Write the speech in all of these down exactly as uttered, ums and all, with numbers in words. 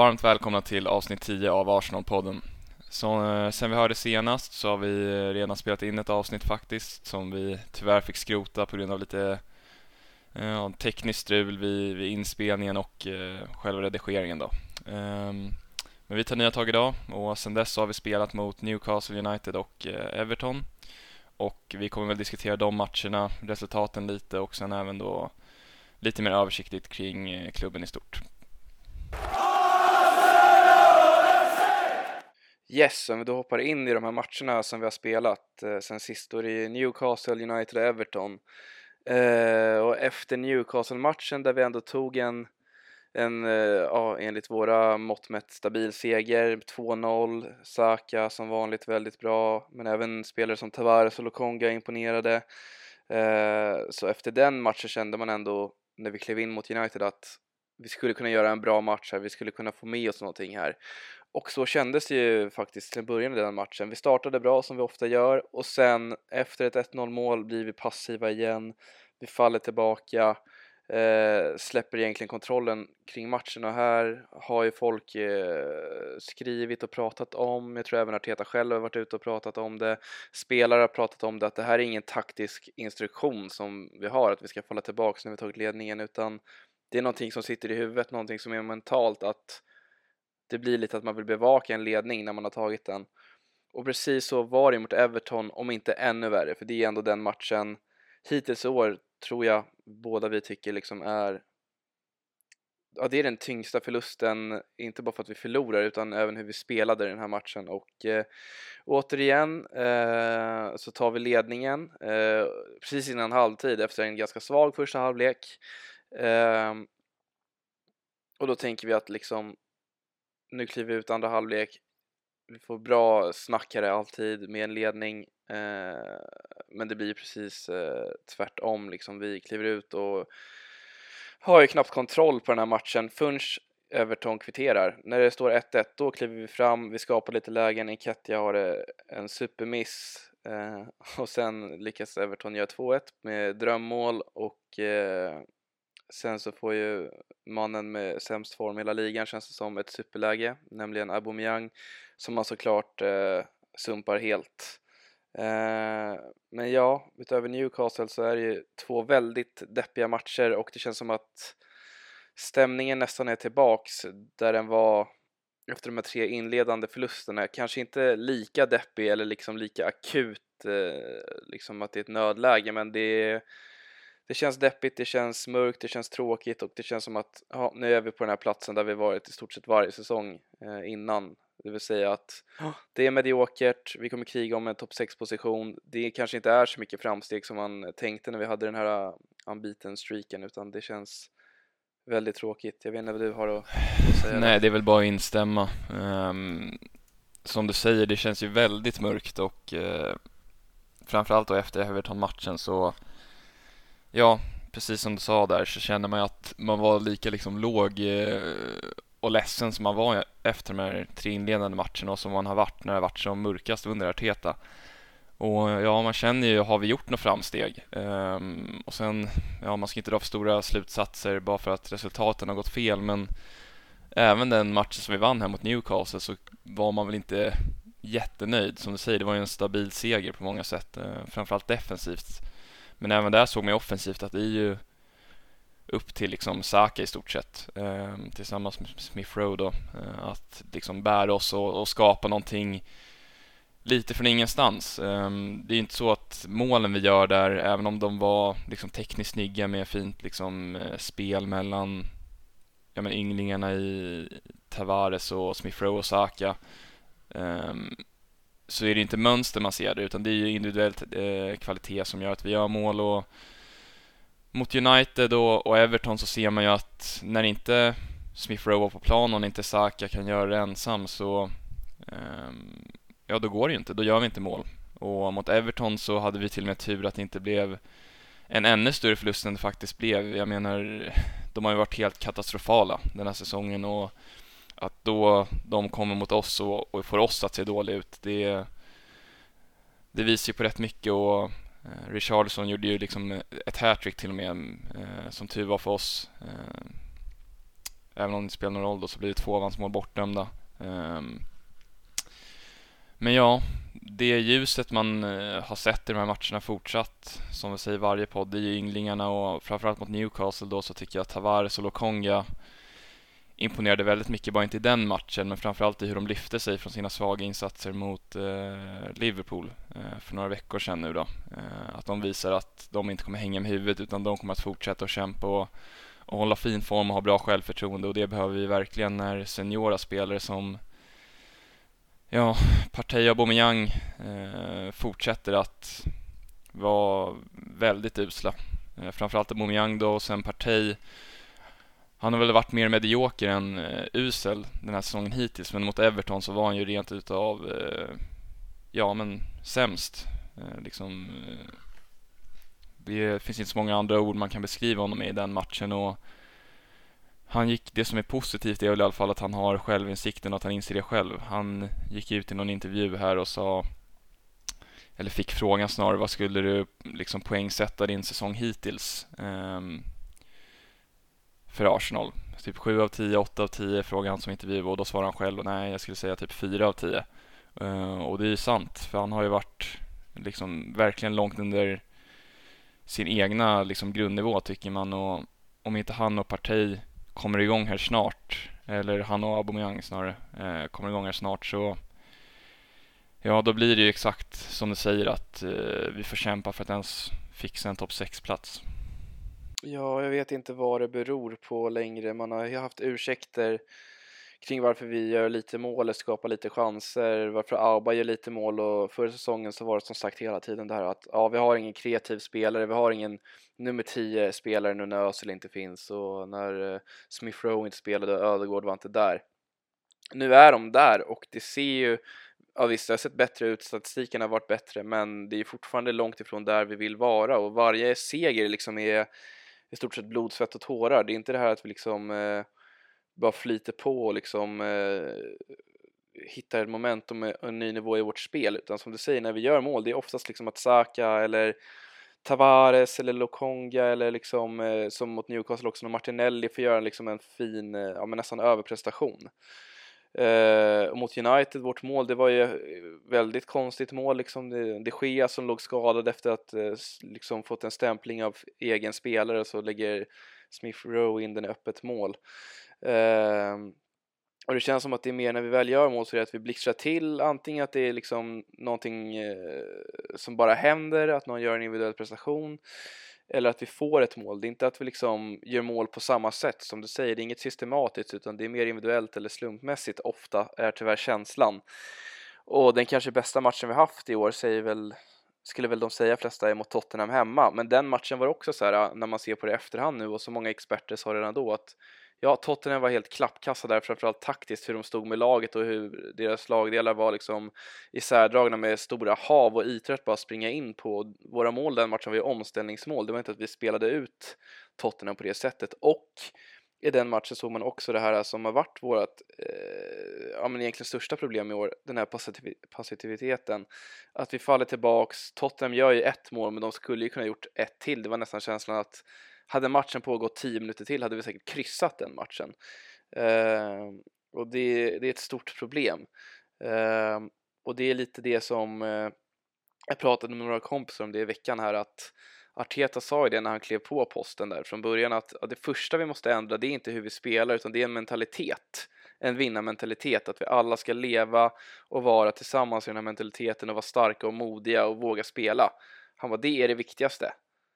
varmt välkomna till avsnitt tio av Arsenal-podden. Så, eh, sen vi hörde senast så har vi redan spelat in ett avsnitt faktiskt som vi tyvärr fick skrota på grund av lite eh, tekniskt strul vid, vid inspelningen och eh, själva redigeringen då. Ehm, men vi tar nya tag idag och sen dess så har vi spelat mot Newcastle United och eh, Everton. Och vi kommer väl diskutera de matcherna, resultaten lite och sen även då lite mer översiktligt kring eh, klubben i stort. Yes, om vi då hoppar in i de här matcherna som vi har spelat eh, sen sist, då är det Newcastle, United och Everton. Eh, och efter Newcastle-matchen där vi ändå tog en, en eh, ja, enligt våra mått mätt stabil seger, två noll, Saka som vanligt väldigt bra, men även spelare som Tavares och Lokonga imponerade. Eh, så efter den matchen kände man ändå, när vi klev in mot United, att vi skulle kunna göra en bra match här, vi skulle kunna få med oss någonting här. Och så kändes det ju faktiskt till början i den matchen. Vi startade bra som vi ofta gör och sen efter ett ett noll mål blir vi passiva igen. Vi faller tillbaka, eh, släpper egentligen kontrollen kring matchen, och här har ju folk eh, skrivit och pratat om, jag tror även Arteta själv har varit ute och pratat om det, spelare har pratat om det, att det här är ingen taktisk instruktion som vi har, att vi ska falla tillbaka när vi tagit ledningen, utan det är någonting som sitter i huvudet, någonting som är mentalt, att det blir lite att man vill bevaka en ledning när man har tagit den. Och precis så var det mot Everton, om inte ännu värre. För det är ändå den matchen hittills i år, tror jag, båda vi tycker liksom är... Ja, det är den tyngsta förlusten, inte bara för att vi förlorar utan även hur vi spelade den här matchen. Och eh, återigen eh, så tar vi ledningen eh, precis innan halvtid efter en ganska svag första halvlek. Eh, och då tänker vi att liksom, nu kliver vi ut andra halvlek. Vi får bra snackare alltid med en ledning. Eh, men det blir precis eh, tvärtom. Liksom. Vi kliver ut och har ju knappt kontroll på den här matchen. Förrän Everton kvitterar. När det står ett ett, då kliver vi fram. Vi skapar lite lägen. Nketiah har en supermiss. Eh, och sen lyckas Everton göra två ett med drömmål. Och... Eh, Sen så får ju mannen med sämst form i hela ligan, känns det som, ett superläge, nämligen Aubameyang, som man såklart eh, sumpar helt. Eh, men ja, utöver Newcastle så är det ju två väldigt deppiga matcher, och det känns som att stämningen nästan är tillbaks där den var efter de här tre inledande förlusterna. Kanske inte lika deppig eller liksom lika akut, eh, liksom att det är ett nödläge, men det är Det känns deppigt, det känns mörkt, det känns tråkigt, och det känns som att ja, nu är vi på den här platsen där vi varit i stort sett varje säsong eh, innan. Det vill säga att ja, det är mediokert, vi kommer kriga om en topp sex position. Det kanske inte är så mycket framsteg som man tänkte när vi hade den här unbeaten streaken, utan det känns väldigt tråkigt. Jag vet inte vad du har att, att säga. Nej, det är väl bara att instämma. Um, som du säger, det känns ju väldigt mörkt och uh, framförallt då efter Everton-matchen så... Ja, precis som du sa där så känner man ju att man var lika liksom låg eh, och ledsen som man var efter de här tre inledande matcherna och som man har varit när det har varit som mörkast under Arteta. Och ja, man känner ju, har vi gjort några framsteg? Um, och sen, ja, man ska inte dra för stora slutsatser bara för att resultaten har gått fel, men även den matchen som vi vann här mot Newcastle så var man väl inte jättenöjd. Som du säger, det var ju en stabil seger på många sätt, uh, framförallt defensivt. Men även där såg man offensivt att det är ju upp till liksom Saka i stort sett eh, tillsammans med Smith Rowe då, eh, att liksom bära oss och, och skapa någonting lite från ingenstans. Eh, det är ju inte så att målen vi gör där, även om de var liksom tekniskt snygga med fint liksom eh, spel mellan ja, men ynglingarna i Tavares och Smith Rowe och Saka, eh, så är det inte mönster man ser det, utan det är ju individuellt eh, kvalitet som gör att vi gör mål. Och mot United och, och Everton så ser man ju att när inte Smith Rowe på plan och inte Saka kan göra det ensam, så eh, ja, då går det ju inte, då gör vi inte mål. Och mot Everton så hade vi till och med tur att det inte blev en ännu större förlust än det faktiskt blev. Jag menar, de har ju varit helt katastrofala den här säsongen, och att då de kommer mot oss och, och får oss att se dåligt ut, det, det visar ju på rätt mycket. Och eh, Richarlison gjorde ju liksom ett hattrick till och med, eh, som tur var för oss. Eh, även om det spelar någon roll då, så blir det två avanceringsmål bortdömda. Um, men ja, det ljuset man uh, har sett i de här matcherna fortsatt, som vi säger i varje podd, det är ju ynglingarna, och framförallt mot Newcastle då så tycker jag att Tavares och Lokonga imponerade väldigt mycket, bara inte i den matchen, men framförallt i hur de lyfte sig från sina svaga insatser mot eh, Liverpool eh, för några veckor sedan nu då. Eh, att de visar att de inte kommer hänga med huvudet, utan de kommer att fortsätta att kämpa och, och hålla fin form och ha bra självförtroende, och det behöver vi verkligen när seniora spelare som ja, Partey och Aubameyang eh, fortsätter att vara väldigt usla. Eh, framförallt Aubameyang då, och sen Partey. Han har väl varit mer medioker än uh, usel den här säsongen hittills, men mot Everton så var han ju rent utav uh, ja men sämst. Uh, liksom, uh, det finns inte så många andra ord man kan beskriva honom i den matchen, och han gick, det som är positivt är väl i alla fall att han har självinsikten och att han inser det själv. Han gick ut i någon intervju här och sa, eller fick frågan snarare, vad skulle du liksom poängsätta din säsong hittills? Um, för Arsenal. Typ sju av tio, åtta av tio frågar han som intervju, och då svarar han själv och nej, jag skulle säga typ fyra av tio. Uh, och det är ju sant, för han har ju varit liksom verkligen långt under sin egna liksom grundnivå tycker man, och om inte han och Partey kommer igång här snart, eller han och Aubameyang snarare uh, kommer igång här snart, så ja, då blir det ju exakt som du säger att uh, vi får kämpa för att ens fixa en topp sex-plats. Ja, jag vet inte vad det beror på längre. Man har ju haft ursäkter kring varför vi gör lite mål eller skapar lite chanser, varför Auba gör lite mål, och förra säsongen så var det som sagt hela tiden det här att ja, vi har ingen kreativ spelare, vi har ingen nummer tio spelare nu när Özil inte finns, och när Smith Rowe inte spelade och Ödegaard var inte där. Nu är de där, och det ser ju, ja visst, det har sett bättre ut, statistiken har varit bättre, men det är fortfarande långt ifrån där vi vill vara, och varje seger liksom är i stort sett blod, svett och tårar. Det är inte det här att vi liksom eh, bara flyter på och liksom eh, hittar ett momentum och en ny nivå i vårt spel, utan som du säger, när vi gör mål, det är oftast liksom att Saka eller Tavares eller Lokonga eller liksom eh, som mot Newcastle också, när Martinelli får göra liksom en fin, eh, ja men nästan överprestation. Uh, och mot United, vårt mål, det var ju väldigt konstigt mål liksom. det, det Gea som låg skadad efter att uh, liksom fått en stämpling av egen spelare, och så lägger Smith Rowe in den i öppet mål. Uh, och det känns som att det är mer när vi väl gör mål så är det att vi blixtrar till, antingen att det är liksom någonting uh, som bara händer, att någon gör en individuell prestation, eller att vi får ett mål. Det är inte att vi liksom gör mål på samma sätt som du säger, det är inget systematiskt, utan det är mer individuellt eller slumpmässigt, ofta är tyvärr känslan. Och den kanske bästa matchen vi haft i år säger väl, skulle väl de säga flesta, är mot Tottenham hemma, men den matchen var också så här, när man ser på det efterhand nu, och så många experter sa redan då att ja, Tottenham var helt klappkassa där, framförallt taktiskt, hur de stod med laget och hur deras lagdelar var liksom isärdragna med stora hav och ytor att bara springa in på. Våra mål den matchen var ju omställningsmål, det var inte att vi spelade ut Tottenham på det sättet, och i den matchen såg man också det här som har varit vårt eh, ja, men egentligen största problem i år, den här passitiv- passiviteten, att vi faller tillbaks. Tottenham gör ju ett mål, men de skulle ju kunna gjort ett till. Det var nästan känslan att hade matchen pågått tio minuter till hade vi säkert kryssat den matchen. Eh, och det, det är ett stort problem. Eh, och det är lite det som eh, jag pratade med några kompisar om det i veckan här, att Arteta sa ju det när han klev på posten där från början, att ja, det första vi måste ändra, det är inte hur vi spelar, utan det är en mentalitet, en vinnarmentalitet, att vi alla ska leva och vara tillsammans i den här mentaliteten och vara starka och modiga och våga spela. Han var, det är det viktigaste.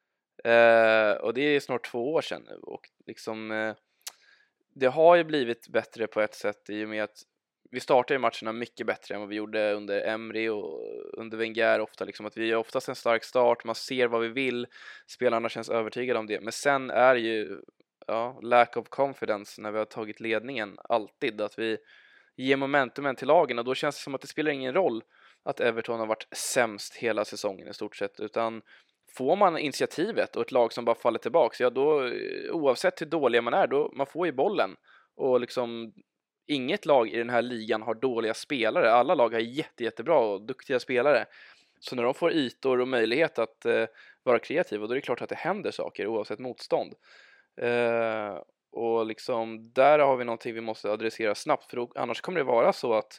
Uh, och det är snart två år sedan nu, och liksom uh, det har ju blivit bättre på ett sätt i och med att vi startar ju matcherna mycket bättre än vad vi gjorde under Emery och under Wenger ofta, liksom att vi gör oftast en stark start, man ser vad vi vill, spelarna känns övertygade om det, men sen är ju ja, lack of confidence när vi har tagit ledningen alltid, att vi ger momentumen till lagen, och då känns det som att det spelar ingen roll att Everton har varit sämst hela säsongen i stort sett, utan får man initiativet och ett lag som bara faller tillbaka, ja då, oavsett hur dåliga man är, då man får ju bollen, och liksom inget lag i den här ligan har dåliga spelare, alla lag har jätte, jättebra och duktiga spelare, så när de får ytor och möjlighet att eh, vara kreativa, då är det klart att det händer saker oavsett motstånd. Eh, och liksom där har vi någonting vi måste adressera snabbt, för då, annars kommer det vara så att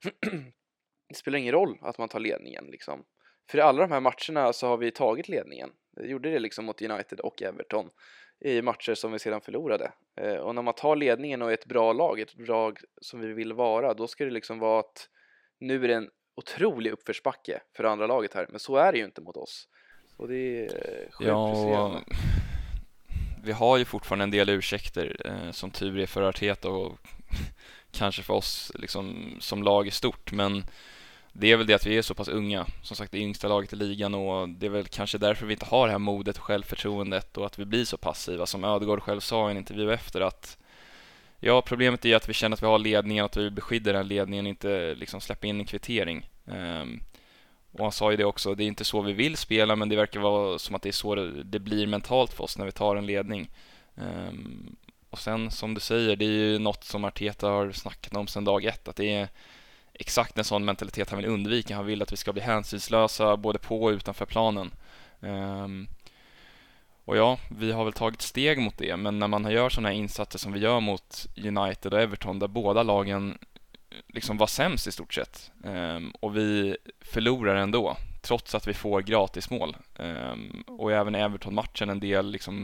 det spelar ingen roll att man tar ledningen liksom. För i alla de här matcherna så har vi tagit ledningen. Det gjorde det liksom mot United och Everton i matcher som vi sedan förlorade. Eh, och när man tar ledningen och är ett bra lag, ett lag som vi vill vara, då ska det liksom vara att nu är det en otrolig uppförsbacke för andra laget här. Men så är det ju inte mot oss. Och det är sjukt frustrerande. Ja, vi har ju fortfarande en del ursäkter, eh, som tur är för Arteta och kanske för oss liksom, som lag i stort, men det är väl det att vi är så pass unga, som sagt det yngsta laget i ligan, och det är väl kanske därför vi inte har det här modet och självförtroendet och att vi blir så passiva, som Ödegaard själv sa i en intervju efter att ja, problemet är att vi känner att vi har ledningen, att vi vill beskydda den ledningen, inte liksom släppa in en kvittering. Um, och han sa ju det också, det är inte så vi vill spela, men det verkar vara som att det är så det, det blir mentalt för oss när vi tar en ledning. Um, och sen som du säger, det är ju något som Arteta har snackat om sedan dag ett, att det är exakt en sån mentalitet han vill undvika. Han vill att vi ska bli hänsynslösa både på och utanför planen. Um, och ja, vi har väl tagit steg mot det, men när man gör sådana här insatser som vi gör mot United och Everton, där båda lagen liksom var sämst i stort sett, um, och vi förlorar ändå trots att vi får gratismål, um, och även i Everton-matchen en del liksom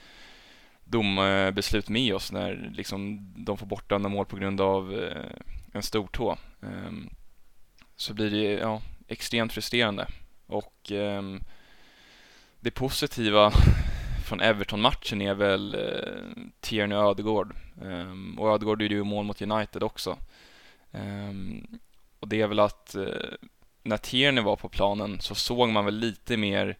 dombeslut med oss när liksom de får bortdömda mål på grund av uh, en stortå, um, så blir det ja, extremt frustrerande. Och um, det positiva från Everton-matchen är väl uh, Tierney och Ödegaard, um, och Ödegaard gjorde ju mål mot United också. Um, och det är väl att uh, när Tierney var på planen så såg man väl lite mer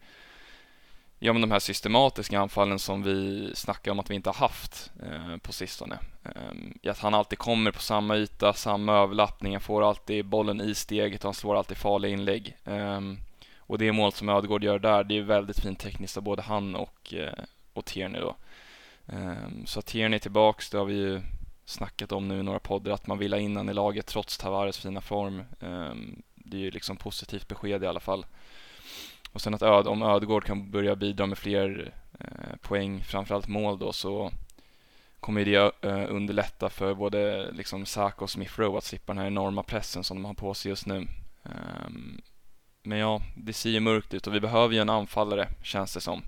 ja, men de här systematiska anfallen som vi snackar om att vi inte har haft uh, på sistone. Um, att han alltid kommer på samma yta, samma överlappning, han får alltid bollen i steget och han slår alltid farliga inlägg. Um, och det mål som Ödegaard gör där, det är väldigt fint tekniskt av både han och, uh, och Tierney då. Um, så att Tierney är tillbaks, det har vi ju snackat om nu i några poddar, att man vill ha innan i laget trots Tavares fina form. Um, det är ju liksom positivt besked i alla fall. Och sen att Öd, om Ödegaard kan börja bidra med fler uh, poäng, framförallt mål då, så kommer det uh, underlätta för både liksom Saka och Smith Rowe att slippa den här enorma pressen som de har på sig just nu. Um, men ja, det ser ju mörkt ut och vi behöver ju en anfallare, känns det som.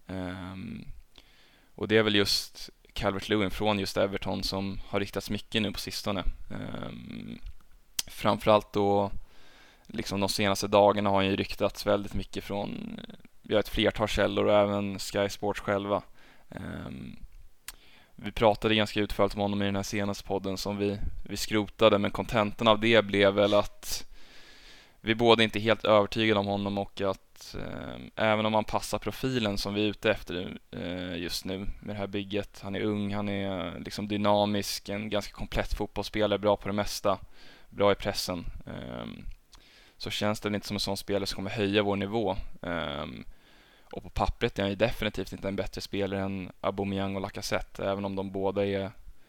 Um, och det är väl just Calvert-Lewin från just Everton som har riktats mycket nu på sistone. Um, framförallt då liksom de senaste dagarna har han ju ryktats väldigt mycket från vi har ett flertal källor och även Sky Sports själva. Um, vi pratade ganska utförligt om honom i den här senaste podden som vi, vi skrotade, men kontentan av det blev väl att vi båda inte är helt övertygade om honom och att eh, även om han passar profilen som vi är ute efter eh, just nu med det här bygget, han är ung, han är liksom dynamisk, en ganska komplett fotbollsspelare, bra på det mesta, bra i pressen, eh, så känns det inte som en sån spelare som kommer höja vår nivå, eh, och på pappret är han ju definitivt inte en bättre spelare än Aubameyang och Lacazette, även om de båda är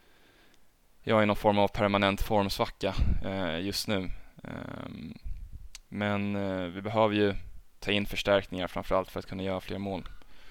ja, i någon form av permanent formsvacka eh, just nu. eh, Men eh, vi behöver ju ta in förstärkningar framförallt för att kunna göra fler mål.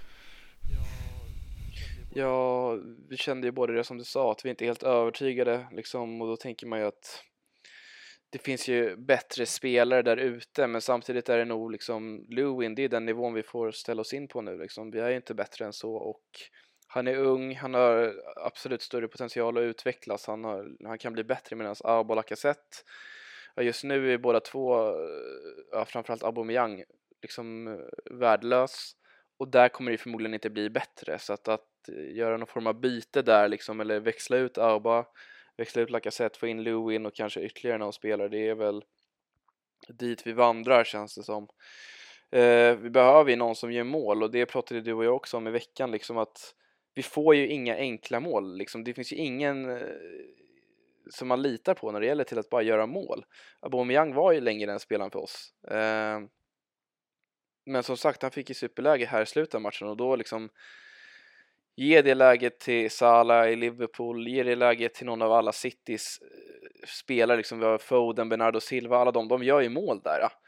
Ja, vi kände ju både det som du sa, att vi inte är helt övertygade liksom, och då tänker man ju att det finns ju bättre spelare där ute, men samtidigt är det nog liksom Lewin, det är den nivån vi får ställa oss in på nu liksom. Vi är ju inte bättre än så och han är ung, han har absolut större potential att utvecklas, han, har, han kan bli bättre, medan Auba och Lacazette, ja, just nu är båda två, ja, framförallt Aubameyang, liksom värdelös, och där kommer det förmodligen inte bli bättre, så att, att göra någon form av byte där liksom, eller växla ut Auba, växla ut Lacazette, få in Lewin och kanske ytterligare någon spelare, det är väl dit vi vandrar, känns det som. Eh, vi behöver ju någon som gör mål, och det pratade du och jag också om i veckan liksom, att vi får ju inga enkla mål liksom. Det finns ju ingen eh, som man litar på när det gäller till att bara göra mål. Aubameyang var ju länge den spelaren för oss. Eh, men som sagt, han fick ju superläge här i slutet av matchen, och då liksom ge det läget till Salah i Liverpool, ge det läget till någon av alla Citys spelare liksom. Vi har Foden, Bernardo Silva, alla de, de gör ju mål där. Ja.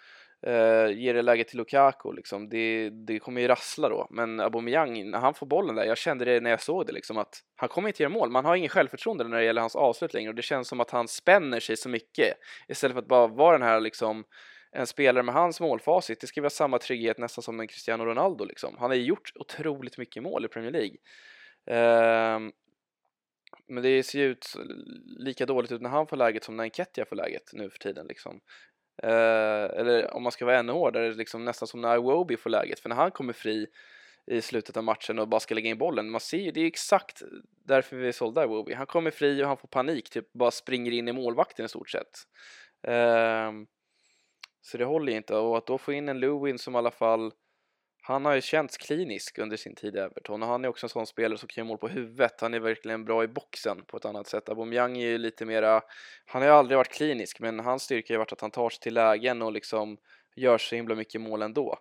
Uh, ger det läget till Lukaku liksom. det, det kommer ju rassla då, men Aubameyang, när han får bollen där, jag kände det när jag såg det liksom, att han kommer inte göra mål, man har ingen självförtroende när det gäller hans avslut längre, och det känns som att han spänner sig så mycket istället för att bara vara den här liksom, en spelare med hans målfacit. Det ska vara samma trygghet nästan som en Cristiano Ronaldo liksom. Han har ju gjort otroligt mycket mål i Premier League, uh, men det ser ju ut lika dåligt ut när han får läget som när Nketiah får läget nu för tiden liksom. Uh, eller om man ska vara ännu hårdare, liksom nästan som när Iwobi får läget, för när han kommer fri i slutet av matchen och bara ska lägga in bollen, man ser ju, det är exakt därför vi sålde Iwobi. Han kommer fri och han får panik, typ bara springer in i målvakten i stort sett. Uh, så det håller ju inte, och att då få in en Lewin som i alla fall, han har ju känts klinisk under sin tid i Everton, och han är också en sån spelare som kan göra mål på huvudet. Han är verkligen bra i boxen på ett annat sätt. Aubameyang är ju lite mera, han har ju aldrig varit klinisk, men hans styrka har ju varit att han tar sig till lägen och liksom gör så himla mycket mål ändå.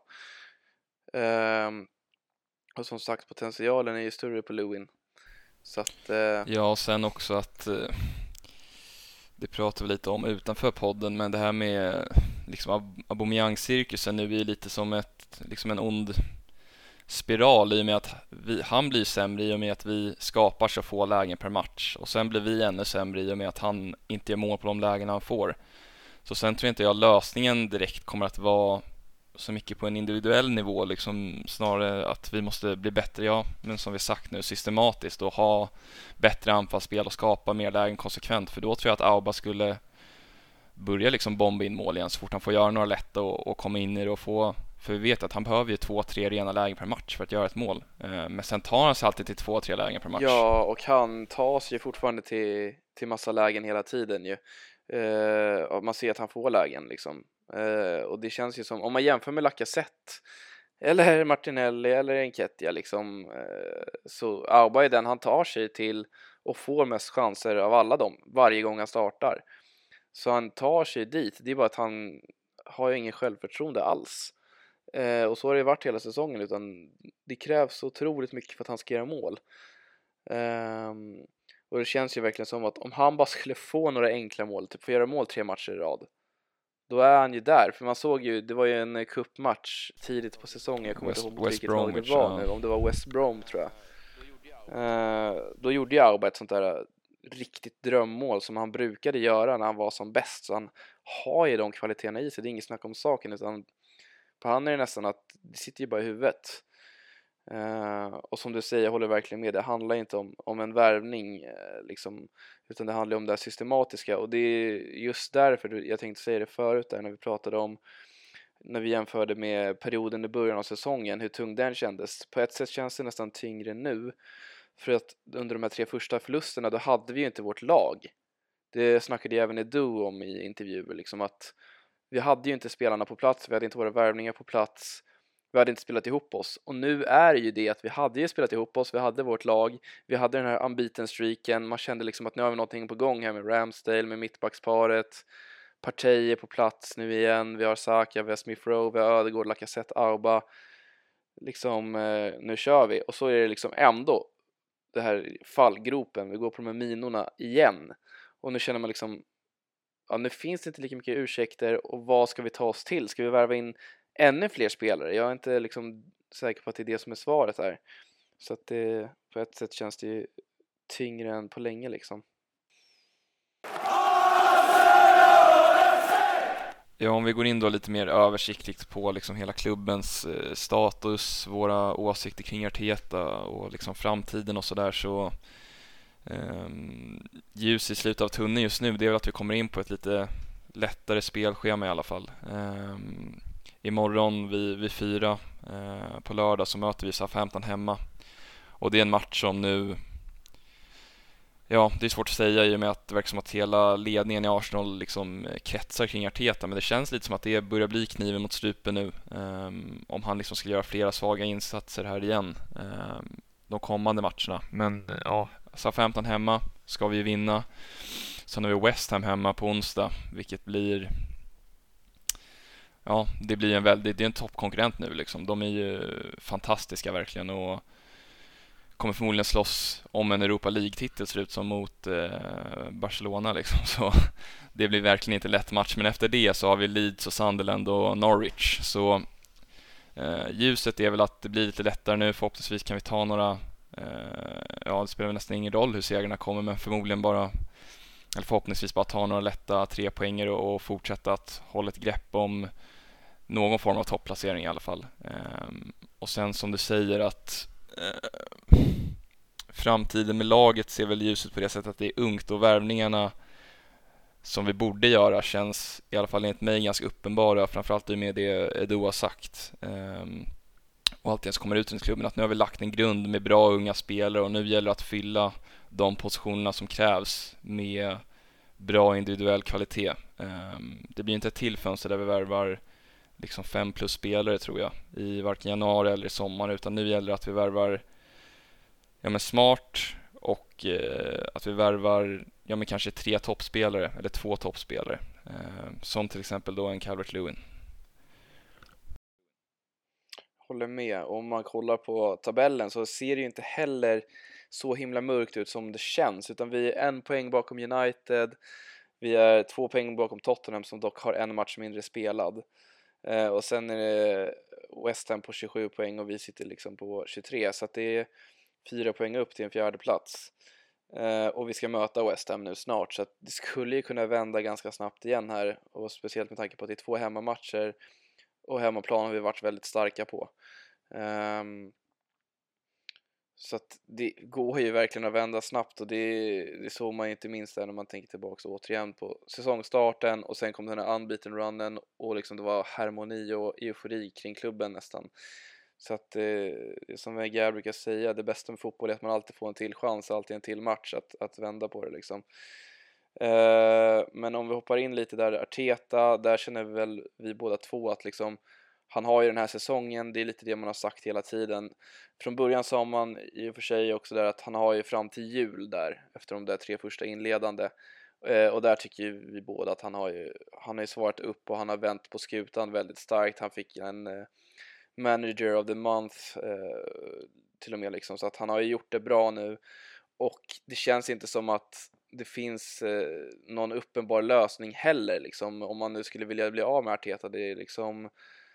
Um, och som sagt, potentialen är ju större på Lewin. Så att, uh... ja, och sen också att uh, det pratar vi lite om utanför podden, men det här med liksom Aubameyang-cirkusen nu är ju lite som ett, liksom en ond spiral, i och med att vi, han blir sämre i och med att vi skapar så få lägen per match, och sen blir vi ännu sämre i och med att han inte gör mål på de lägen han får. Så sen tror inte jag lösningen direkt kommer att vara så mycket på en individuell nivå, liksom snarare att vi måste bli bättre, ja, men som vi sagt nu, systematiskt, och ha bättre anfallsspel och skapa mer lägen konsekvent, för då tror jag att Auba skulle börja liksom bomba in mål igen så fort han får göra några lätta och, och komma in i det och få, för vi vet att han behöver ju två, tre rena lägen per match för att göra ett mål, eh, men sen tar han sig alltid till två, tre lägen per match. Ja, och han tar sig fortfarande till, till massa lägen hela tiden ju. Uh, och man ser att han får lägen liksom. Uh, och det känns ju som, om man jämför med Lacazette eller Martinelli eller Nketiah liksom, uh, så Auba är den han tar sig till och får mest chanser av alla dem varje gång han startar. Så han tar sig dit, det är bara att han har ju ingen självförtroende alls. Uh, och så har det varit hela säsongen, utan det krävs otroligt mycket för att han ska göra mål. Um, Och det känns ju verkligen som att om han bara skulle få några enkla mål, typ få göra mål tre matcher i rad, då är han ju där. För man såg ju, det var ju en cupmatch tidigt på säsongen, jag kommer West, inte ihåg vilket lag det var ja. nu, om det var West Brom tror jag. Uh, då gjorde jag Auba ett sånt där riktigt drömmål som han brukade göra när han var som bäst. Så han har ju de kvaliteterna i sig, det är inget snack om saken, utan på han är det nästan att det sitter ju bara i huvudet. Uh, och som du säger, jag håller verkligen med, det handlar inte om, om en värvning uh, liksom, utan det handlar om det systematiska, och det är just därför jag tänkte säga det förut där när vi pratade om, när vi jämförde med perioden i början av säsongen, hur tung den kändes. På ett sätt känns det nästan tyngre nu, för att under de här tre första förlusterna då hade vi ju inte vårt lag. Det snackade jag även Edu om i intervjuer liksom, att vi hade ju inte spelarna på plats, vi hade inte våra värvningar på plats, vi hade inte spelat ihop oss. Och nu är det ju det att vi hade ju spelat ihop oss, vi hade vårt lag, vi hade den här unbeaten streaken, man kände liksom att nu har vi någonting på gång här med Ramsdale, med mittbacksparet, Partey är på plats nu igen, vi har Saka, vi har Smith Rowe, vi har Ödegaard, Lacazette, Auba, liksom eh, nu kör vi. Och så är det liksom ändå det här fallgropen, vi går på de här minorna igen, och nu känner man liksom, ja, nu finns det inte lika mycket ursäkter, och vad ska vi ta oss till? Ska vi värva in ännu fler spelare? Jag är inte liksom säker på att det är det som är svaret här. Så att det, på ett sätt känns det ju tyngre än på länge liksom. Ja, om vi går in då lite mer översiktligt på liksom hela klubbens eh, status, våra åsikter kring Arteta och liksom framtiden och sådär, så eh, ljus i slutet av tunneln just nu, det är väl att vi kommer in på ett lite lättare spelschema i alla fall. Eh, imorgon vid, vid fyra eh, på lördag så möter vi Southampton hemma, och det är en match som nu, ja, det är svårt att säga i och med att det verkar som att hela ledningen i Arsenal liksom kretsar kring Arteta, men det känns lite som att det börjar bli kniven mot strupen nu, um, om han liksom ska göra flera svaga insatser här igen um, de kommande matcherna. Men ja, Southampton hemma ska vi vinna. Sen har vi West Ham hemma på onsdag, vilket blir, ja, det blir en väldigt, det är en toppkonkurrent nu liksom. De är ju fantastiska verkligen, och kommer förmodligen slåss om en Europa League-titel, ser ut som, mot eh, Barcelona liksom. Så det blir verkligen inte lätt match, men efter det så har vi Leeds och Sunderland och Norwich, så eh, ljuset är väl att det blir lite lättare nu. Förhoppningsvis kan vi ta några, eh, ja det spelar nästan ingen roll hur segrarna kommer, men förmodligen bara, eller förhoppningsvis bara ta några lätta tre poänger och, och fortsätta att hålla ett grepp om någon form av topplacering i alla fall. Eh, och sen som du säger att eh, framtiden med laget ser väl ljuset på det sättet att det är ungt, och värvningarna som vi borde göra känns i alla fall enligt mig ganska uppenbara, framförallt med det Edu har sagt um, och allt det som kommer ut i klubben, att nu har vi lagt en grund med bra unga spelare och nu gäller det att fylla de positionerna som krävs med bra individuell kvalitet. Um, det blir inte ett till fönster där vi värvar liksom fem plus spelare tror jag i varken januari eller i sommar, utan nu gäller det att vi värvar ja, men smart, och eh, att vi värvar ja, men kanske tre toppspelare eller två toppspelare, eh, som till exempel då en Calvert-Lewin. Håller med. Om man kollar på tabellen så ser det ju inte heller så himla mörkt ut som det känns, utan vi är en poäng bakom United, vi är två poäng bakom Tottenham som dock har en match mindre spelad, eh, och sen är det West Ham på tjugosju poäng och vi sitter liksom på tjugotre, så att det är fyra poäng upp till en fjärde plats. Uh, och vi ska möta West Ham nu snart, så att det skulle ju kunna vända ganska snabbt igen här, och speciellt med tanke på att det är två hemmamatcher och hemmaplan har vi varit väldigt starka på. Um, så att det går ju verkligen att vända snabbt, och det, det såg man inte minst där när man tänker tillbaka återigen på säsongstarten, och sen kom den här unbeaten runnen och liksom det var harmoni och eufori kring klubben nästan. Så att eh, som jag brukar säga, det bästa med fotboll är att man alltid får en till chans, alltid en till match att, att vända på det liksom. Eh, men om vi hoppar in lite där, Arteta, där känner vi väl vi båda två att liksom, han har ju den här säsongen, det är lite det man har sagt hela tiden. Från början sa man i och för sig också där att han har ju fram till jul där, efter de där tre första inledande. Eh, och där tycker vi båda att han har ju, han har ju svarat upp och han har vänt på skutan väldigt starkt. Han fick en eh, Manager of the Month eh, till och med liksom, så att han har ju gjort det bra nu, och det känns inte som att det finns eh, någon uppenbar lösning heller liksom, om man nu skulle vilja bli av med Arteta. Det är liksom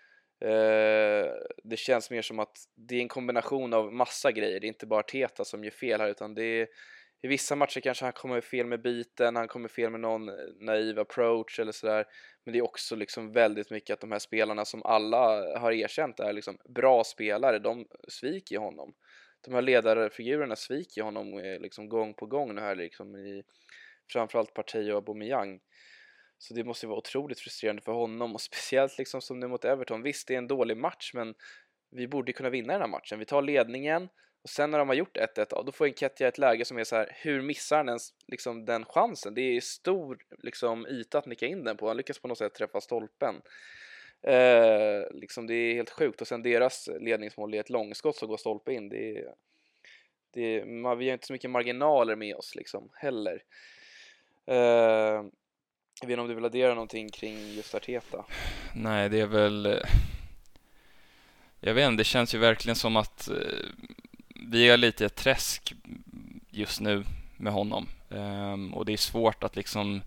eh, det känns mer som att det är en kombination av massa grejer, det är inte bara Arteta som gör fel här, utan det är i vissa matcher kanske han kommer fel med biten, han kommer fel med någon naiv approach eller sådär. Men det är också liksom väldigt mycket att de här spelarna som alla har erkänt är liksom bra spelare, de sviker honom. De här ledarfigurerna sviker honom liksom gång på gång nu här liksom i framförallt Partey och Aubameyang. Så det måste vara otroligt frustrerande för honom, och speciellt liksom som nu mot Everton. Visst, det är en dålig match, men vi borde kunna vinna den här matchen. Vi tar ledningen, och sen när de har gjort ett ett, då får Nketiah ett läge som är så här: hur missar han ens liksom den chansen? Det är stor liksom yta att nicka in den på. Han lyckas på något sätt träffa stolpen. Eh, liksom det är helt sjukt. Och sen deras ledningsmål är ett långskott som går stolpe in. Det är, det är, man, vi har inte så mycket marginaler med oss liksom heller. Eh, jag vet inte om du vill addera någonting kring just Arteta? Nej, det är väl, jag vet inte, det känns ju verkligen som att vi är lite i ett träsk just nu med honom, um, och det är svårt att liksom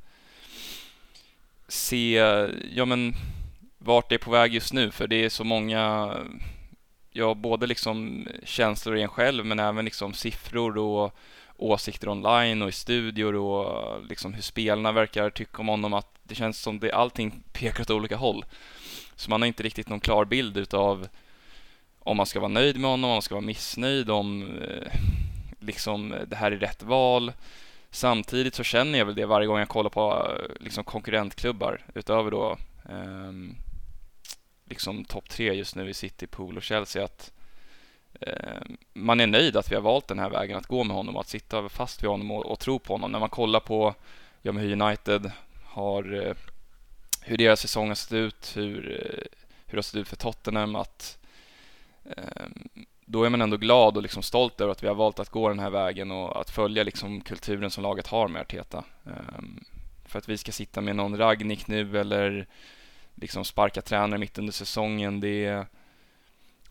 se ja, men, vart det är på väg just nu, för det är så många, ja, både liksom känslor i en själv, men även liksom siffror och åsikter online och i studior, och liksom hur spelarna verkar tycka om honom, att det känns som det allting pekar åt olika håll, så man har inte riktigt någon klar bild utav om man ska vara nöjd med honom, om man ska vara missnöjd, om eh, liksom det här är rätt val. Samtidigt så känner jag väl det varje gång jag kollar på liksom konkurrentklubbar utöver då eh, liksom topp tre just nu i City, Pool och Chelsea, att eh, man är nöjd att vi har valt den här vägen att gå med honom, att sitta fast vid honom och, och tro på honom. När man kollar på ja, hur United har eh, hur deras säsong har sett ut, hur, eh, hur det har sett ut för Tottenham, att då är man ändå glad och liksom stolt över att vi har valt att gå den här vägen och att följa liksom kulturen som laget har med Arteta. För att vi ska sitta med någon Ragnik nu eller liksom sparka tränare mitt under säsongen, det,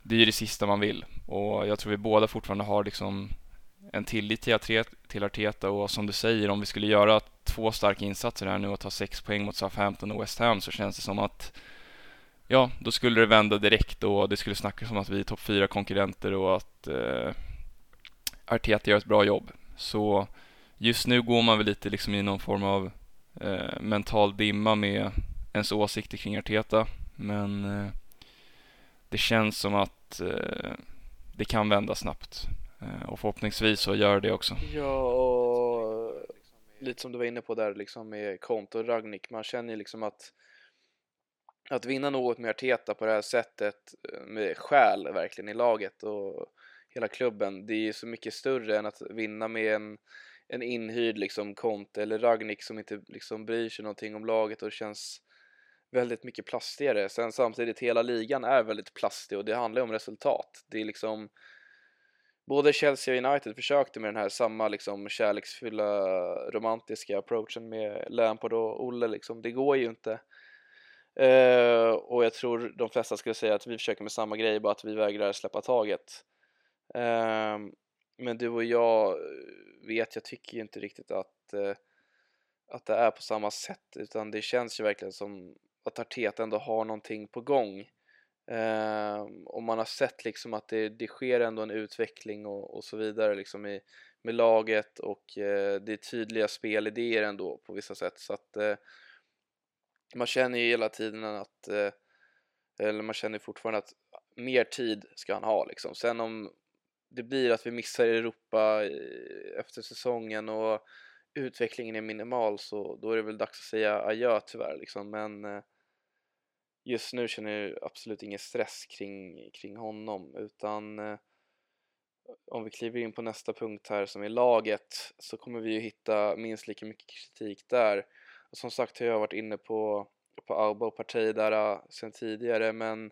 det är ju det sista man vill. Och jag tror vi båda fortfarande har liksom en tillit till Arteta, till Arteta. Och som du säger, om vi skulle göra två starka insatser här nu och ta sex poäng mot Southampton och West Ham, så känns det som att ja, då skulle det vända direkt och det skulle snackas om att vi är topp fyra konkurrenter och att eh, Arteta gör ett bra jobb. Så just nu går man väl lite liksom i någon form av eh, mental dimma med ens åsikter kring Arteta. Men eh, det känns som att eh, det kan vända snabbt. Eh, och förhoppningsvis så gör det också. Ja, och lite som du var inne på där liksom med Conte och Ragnik. Man känner ju liksom att att vinna något med Arteta på det här sättet med själ verkligen i laget och hela klubben, det är ju så mycket större än att vinna med en, en inhyrd liksom Conte eller Ragnik som inte liksom bryr sig någonting om laget och känns väldigt mycket plastigare. Sen samtidigt, hela ligan är väldigt plastig och det handlar ju om resultat. Det är liksom både Chelsea och United försökte med den här samma liksom kärleksfulla romantiska approachen med Lampard och Olle liksom. Det går ju inte. Uh, och jag tror de flesta skulle säga att vi försöker med samma grej, bara att vi vägrar släppa taget. Uh, men du och jag vet, jag tycker ju inte riktigt att, uh, att det är på samma sätt, utan det känns ju verkligen som att Arteta ändå har någonting på gång. Uh, och man har sett liksom att det, det sker ändå en utveckling och, och så vidare liksom i, med laget och uh, det är tydliga spelidéer ändå på vissa sätt, så att uh, man känner ju hela tiden att, eller man känner fortfarande att mer tid ska han ha liksom. Sen om det blir att vi missar Europa efter säsongen och utvecklingen är minimal, så då är det väl dags att säga adjö tyvärr liksom. Men just nu känner jag absolut ingen stress kring, kring honom, utan om vi kliver in på nästa punkt här som är laget, så kommer vi ju hitta minst lika mycket kritik där. Och som sagt har jag varit inne på, på Auba och Partey där sen tidigare, men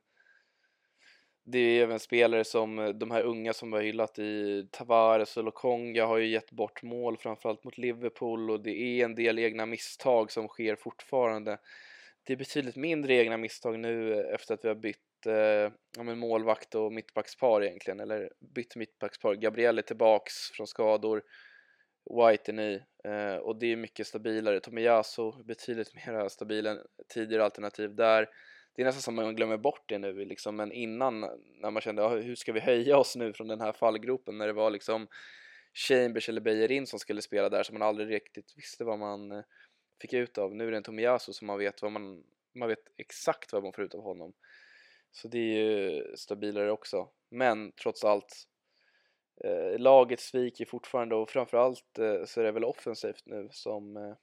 det är även spelare som de här unga som vi har hyllat i Tavares och Lokonga har ju gett bort mål, framförallt mot Liverpool, och det är en del egna misstag som sker fortfarande. Det är betydligt mindre egna misstag nu efter att vi har bytt eh, ja, men målvakt och mittbackspar egentligen, eller bytt mittbackspar. Gabriel är tillbaks från skador, White är ny, eh, och det är mycket stabilare. Tomiyasu betydligt mer stabil än tidigare alternativ där. Det är nästan som man glömmer bort det nu liksom, men innan när man kände ja, hur ska vi höja oss nu från den här fallgropen, när det var liksom Chambers eller Bellerin som skulle spela där, så man aldrig riktigt visste vad man eh, fick ut av. Nu är det en Tomiyasu som man vet vad man man vet exakt vad man får ut av honom. Så det är ju stabilare också. Men trots allt eh, laget sviker fortfarande, och framförallt eh, så är det väl offensivt nu som eh,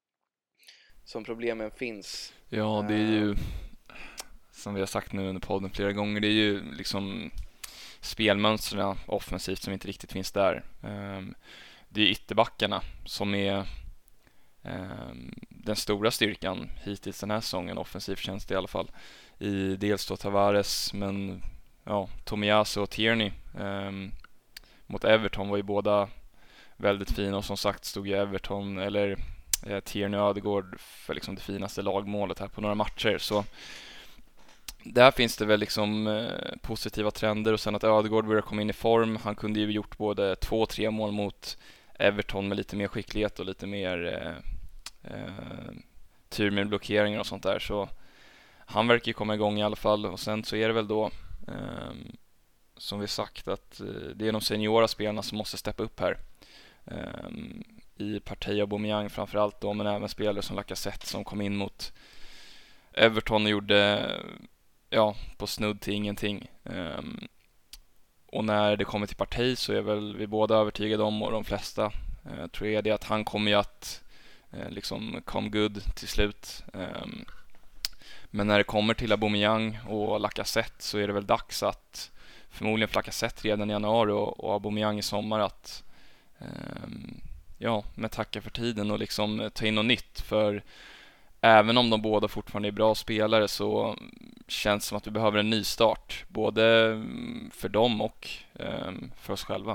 som problemen finns. Ja, det är ju som vi har sagt nu under podden flera gånger, det är ju liksom spelmönstren offensivt som inte riktigt finns där. Um, det är ytterbackarna som är um, den stora styrkan hittills den här säsongen, offensivt känns det i alla fall. I dels då Tavares, men ja, Tomiyasu och Tierney um, mot Everton var ju båda väldigt fina, och som sagt stod ju Everton eller eh, Tierney och Ödegaard för liksom det finaste lagmålet här på några matcher, så där finns det väl liksom eh, positiva trender. Och sen att Ödegaard börjar komma in i form. Han kunde ju gjort både två och tre mål mot Everton med lite mer skicklighet och lite mer eh, eh, tur med blockeringar och sånt där. Så han verkar ju komma igång i alla fall. Och sen så är det väl då eh, som vi sagt att eh, det är de seniora spelarna som måste steppa upp här. Eh, I Partey och Aubameyang framförallt då, men även spelare som Lacazette som kom in mot Everton och gjorde ja, på snudd till ingenting. Um, och när det kommer till Partey så är väl vi båda övertygade om, och de flesta uh, tror jag det, att han kommer ju att uh, liksom come good till slut. Um, men när det kommer till Aubameyang och Lacazette så är det väl dags att förmodligen för Lacazette redan i januari och, och Aubameyang i sommar att um, ja, med tacka för tiden och liksom ta in något nytt, för även om de båda fortfarande är bra spelare så känns det som att vi behöver en ny start, både för dem och um, för oss själva.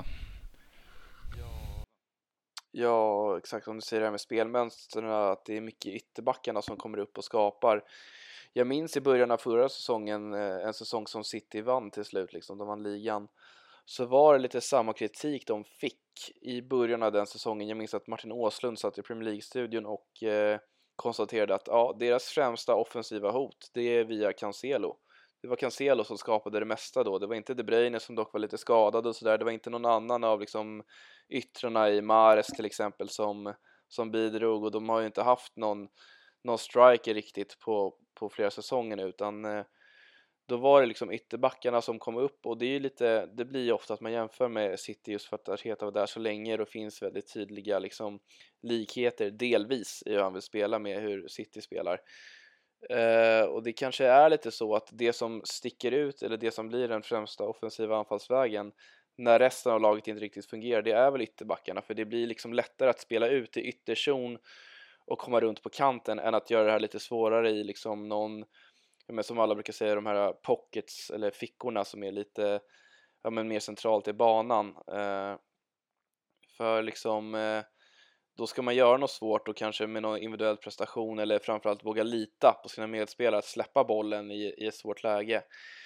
Ja, exakt som du säger det här med spelmönstren, att det är mycket ytterbackarna som kommer upp och skapar. jag minns i början av förra säsongen, en säsong som City vann till slut, liksom, de vann ligan, så var det lite samma kritik de fick i början av den säsongen. Jag minns att Martin Åslund satt i Premier League-studion och eh, konstaterade att ja, deras främsta offensiva hot, det är via Cancelo. Det var Cancelo som skapade det mesta då. Det var inte De Bruyne, som dock var lite skadad och sådär. Det var inte någon annan av liksom yttrarna i Mahrez till exempel som, som bidrog. Och de har ju inte haft någon, någon striker riktigt på, på flera säsonger nu, utan eh, då var det liksom ytterbackarna som kom upp. Och det är ju lite, det blir ju ofta att man jämför med City just för att Arteta var där så länge. Och finns väldigt tydliga liksom likheter delvis i hur han vill spela med hur City spelar. Uh, och det kanske är lite så att det som sticker ut, eller det som blir den främsta offensiva anfallsvägen när resten av laget inte riktigt fungerar, det är väl ytterbackarna. För det blir liksom lättare att spela ut i ytterzon och komma runt på kanten än att göra det här lite svårare i liksom någon, men som alla brukar säga, de här pockets eller fickorna som är lite, ja, men mer centralt i banan. Uh, för liksom uh, då ska man göra något svårt och kanske med någon individuell prestation, eller framförallt våga lita på sina medspelare att släppa bollen i, i ett svårt läge.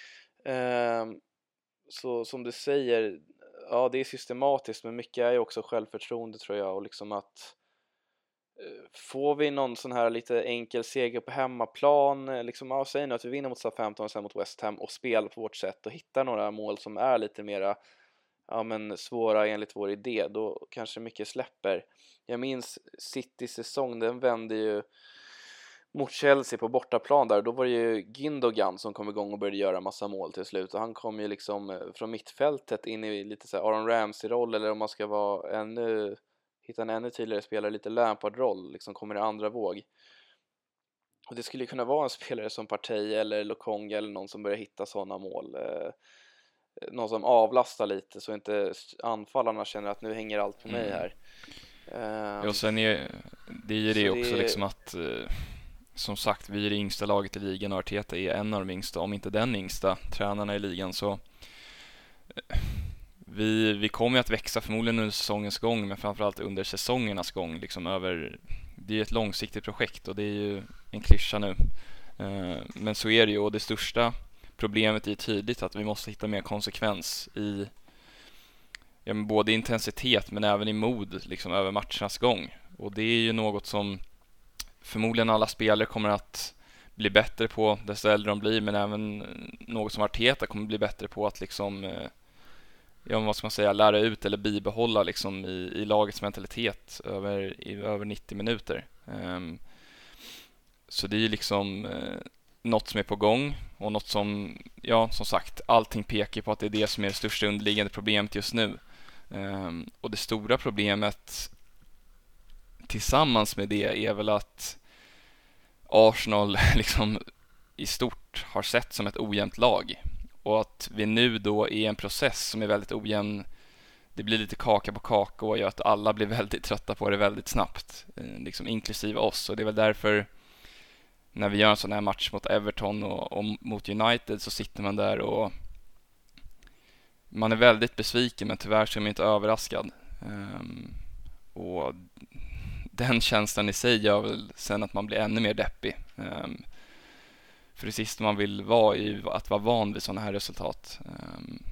Uh, så som du säger, ja, det är systematiskt, men mycket är ju också självförtroende, tror jag, och liksom att uh, får vi någon sån här lite enkel seger på hemmaplan, liksom, ja, säg nu att vi vinner mot Southampton och sen mot West Ham och spelar på vårt sätt och hittar några mål som är lite mera, ja, men svåra enligt vår idé, då kanske mycket släpper. Jag minns Citys säsong, den vände ju mot Chelsea på bortaplan där. Då var det ju Gündogan som kom igång och började göra massa mål till slut. Och han kom ju liksom från mittfältet in i lite så här Aaron Ramsey-roll, eller om man ska vara ännu, hitta en ännu tydligare spelare, lite Lampard-roll, liksom kommer i andra våg. Och det skulle ju kunna vara en spelare som Partey eller Lokonga eller någon som börjar hitta sådana mål. Någon som avlastar lite så inte anfallarna känner att nu hänger allt på mig här. Mm. Ja, sen är det är ju det också det... liksom att som sagt, vi är det yngsta laget i ligan och Arteta är en av de yngsta, om inte den yngsta tränarna i ligan, så vi, vi kommer att växa förmodligen under säsongens gång, men framförallt under säsongernas gång liksom över, det är ett långsiktigt projekt och det är ju en klyscha nu, men så är det ju, och det största problemet är tydligt att vi måste hitta mer konsekvens i, ja, både intensitet men även i mod liksom över matchernas gång. Och det är ju något som förmodligen alla spelare kommer att bli bättre på desto äldre de blir, men även något som Arteta kommer bli bättre på att liksom, ja, vad ska man säga, lära ut eller bibehålla liksom i, i lagets mentalitet över, i över nittio minuter. Um, så det är ju liksom uh, något som är på gång och något som, ja, som sagt, allting pekar på att det är det som är det största underliggande problemet just nu. Um, och det stora problemet tillsammans med det är väl att Arsenal liksom i stort har sett som ett ojämnt lag, och att vi nu då är en process som är väldigt ojämn. Det blir lite kaka på kaka och gör att alla blir väldigt trötta på det väldigt snabbt, liksom inklusive oss. Och det är väl därför när vi gör en sån här match mot Everton och, och mot United så sitter man där och man är väldigt besviken, men tyvärr så är man inte överraskad. Um, och den känslan i sig gör väl sen att man blir ännu mer deppig. Um, för det sista man vill vara är ju att vara van vid sådana här resultat. Um,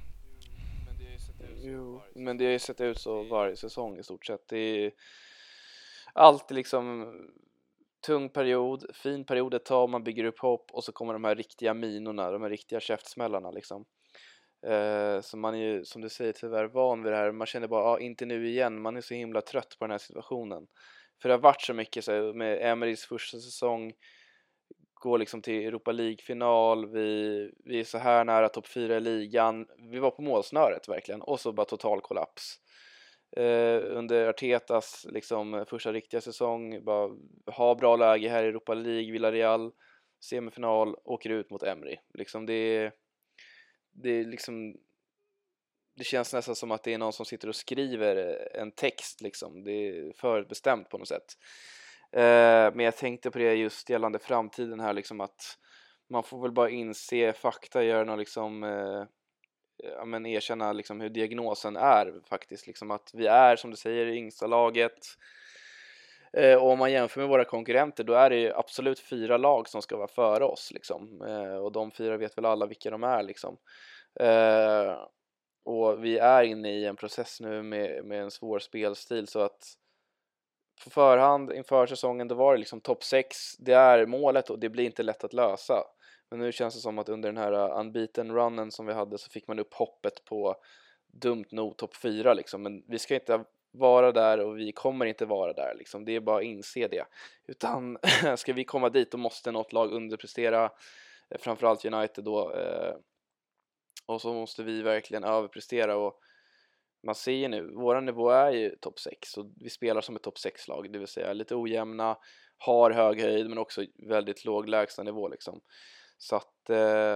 Jo, men det har ju sett ut så varje säsong i stort sett. Det är alltid liksom tung period, fin period ett tag, man bygger upp hopp och så kommer de här riktiga minorna, de här riktiga käftsmällarna liksom. Uh, så man är ju, som du säger, tyvärr van vid det här. Man känner bara, ja, ah, inte nu igen. Man är så himla trött på den här situationen. För det har varit så mycket så här, med Emerys första säsong, går liksom till Europa League-final, vi, vi är så här nära topp fyra i ligan, vi var på målsnöret verkligen, och så bara total kollaps. Uh, under Artetas liksom första riktiga säsong, bara ha bra läge här i Europa League, Villarreal, semifinal, åker ut mot Emery. Liksom det är det är liksom, det känns nästan som att det är någon som sitter och skriver en text liksom. Det är förbestämt på något sätt. Uh, men jag tänkte på det just gällande framtiden här liksom, att man får väl bara inse fakta, göra någon liksom uh, ja, men erkänna liksom hur diagnosen är faktiskt liksom, att vi är, som du säger, i yngsta laget. Eh, och om man jämför med våra konkurrenter, då är det ju absolut fyra lag som ska vara före oss liksom. Eh, och de fyra vet väl alla vilka de är liksom. Eh, och vi är inne i en process nu med, med en svår spelstil, så att på förhand inför säsongen då var det liksom topp sex, det är målet och det blir inte lätt att lösa. Men nu känns det som att under den här unbeaten runnen som vi hade så fick man upp hoppet på dumt nog topp fyra liksom. Men vi ska inte vara där och vi kommer inte vara där liksom. Det är bara att inse det. Utan ska vi komma dit då måste något lag underprestera, framförallt United då. Och så måste vi verkligen överprestera, och man ser ju nu, våran nivå är ju topp sex och vi spelar som ett topp sex-lag, det vill säga lite ojämna, har hög höjd men också väldigt låg lägsta nivå liksom. Så att eh,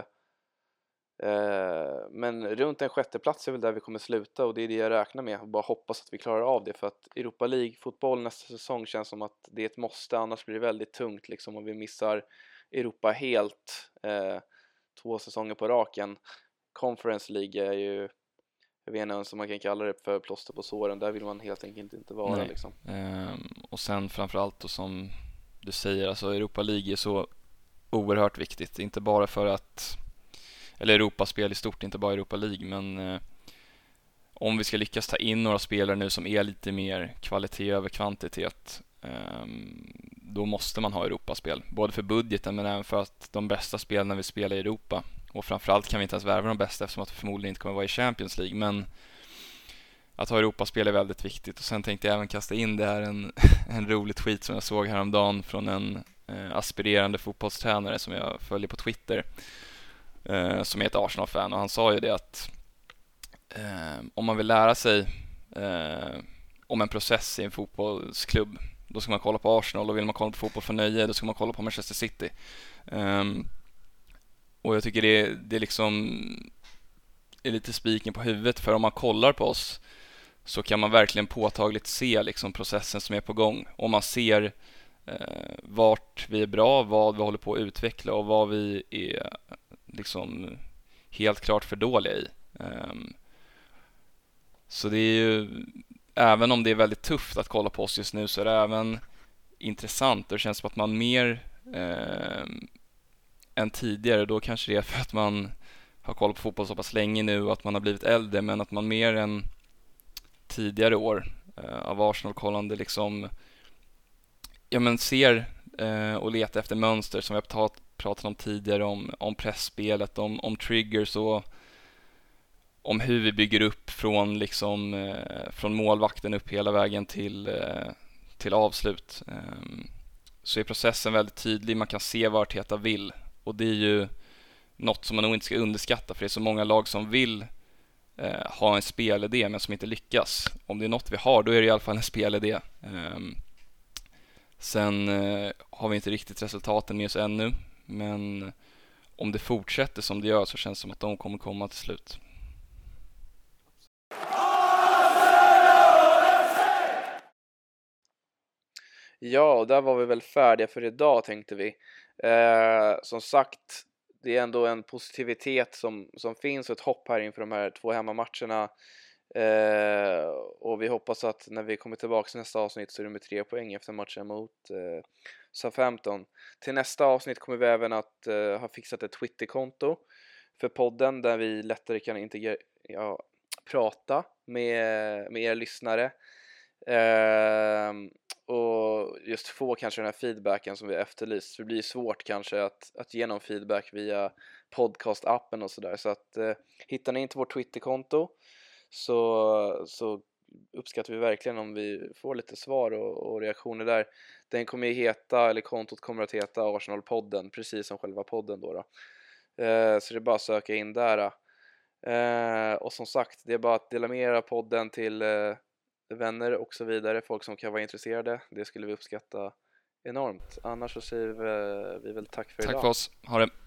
eh, men runt en sjätte plats är väl där vi kommer sluta, och det är det jag räknar med, och bara hoppas att vi klarar av det, för att Europa League-fotboll nästa säsong känns som att det är ett måste, annars blir det väldigt tungt liksom om vi missar Europa helt eh, två säsonger på raken. Conference League är ju, jag vet inte ens om man kan kalla det för plåster på såren. Där vill man helt enkelt inte vara. Nej. Liksom. Ehm, och sen framförallt då, som du säger, alltså Europa League är så oerhört viktigt. Inte bara för att, eller Europaspel i stort, inte bara Europa League, men eh, om vi ska lyckas ta in några spelare nu som är lite mer kvalitet över kvantitet, eh, då måste man ha Europaspel. Både för budgeten men även för att de bästa spelarna vill spela i Europa. Och framförallt kan vi inte ens värva de bästa eftersom att vi förmodligen inte kommer vara i Champions League. Men att ha Europaspel är väldigt viktigt. Och sen tänkte jag även kasta in det här en, en rolig tweet som jag såg häromdagen från en eh, aspirerande fotbollstränare som jag följer på Twitter, eh, som är ett Arsenal-fan. Och han sa ju det att eh, om man vill lära sig eh, om en process i en fotbollsklubb, då ska man kolla på Arsenal. Och vill man kolla på fotboll för nöje, då ska man kolla på Manchester City. Um, Och jag tycker det, det liksom är lite spiken på huvudet, för om man kollar på oss så kan man verkligen påtagligt se liksom processen som är på gång. Om man ser eh, vart vi är bra, vad vi håller på att utveckla och vad vi är liksom helt klart för dåliga i. Um, så det är ju, även om det är väldigt tufft att kolla på oss just nu, så är det även intressant, och det känns som att man mer eh, än tidigare, då kanske det är för att man har koll på fotboll så pass länge nu och att man har blivit äldre, men att man mer än tidigare år eh, av Arsenal-kollande liksom, ja, men ser eh, och letar efter mönster som vi har pratat, pratat om tidigare, om, om pressspelet, om, om triggers och om hur vi bygger upp från, liksom, eh, från målvakten upp hela vägen till, eh, till avslut. Eh, så är processen väldigt tydlig, man kan se vart Arteta vill. Och det är ju något som man nog inte ska underskatta, för det är så många lag som vill eh, ha en spelidé men som inte lyckas. Om det är något vi har, då är det i alla fall en spelidé. Eh, sen eh, har vi inte riktigt resultaten med oss ännu, men om det fortsätter som det gör så känns det som att de kommer komma till slut. Ja, och där var vi väl färdiga för idag, tänkte vi. Eh, som sagt, det är ändå en positivitet som, som finns, och ett hopp här inför de här två hemmamatcherna. Eh, och vi hoppas att när vi kommer tillbaka till nästa avsnitt så är det med tre poäng efter matchen mot eh, Southampton. Till nästa avsnitt kommer vi även att eh, ha fixat ett Twitterkonto för podden, där vi lättare kan integrera, ja, prata med, med er lyssnare. Eh, och just få kanske den här feedbacken som vi efterlyst. Det blir svårt kanske att, att ge någon feedback via podcast-appen och sådär. Så att eh, hittar ni inte vårt Twitterkonto så, så uppskattar vi verkligen om vi får lite svar och, och reaktioner där. Den kommer ju heta, eller kontot kommer att heta Arsenal-podden, precis som själva podden då. då. Eh, så det är bara att söka in där. Eh, och som sagt, det är bara att dela med er av podden till eh, vänner och så vidare, folk som kan vara intresserade. Det skulle vi uppskatta enormt. Annars så säger vi, vi väl tack för tack idag. Tack för oss, ha det.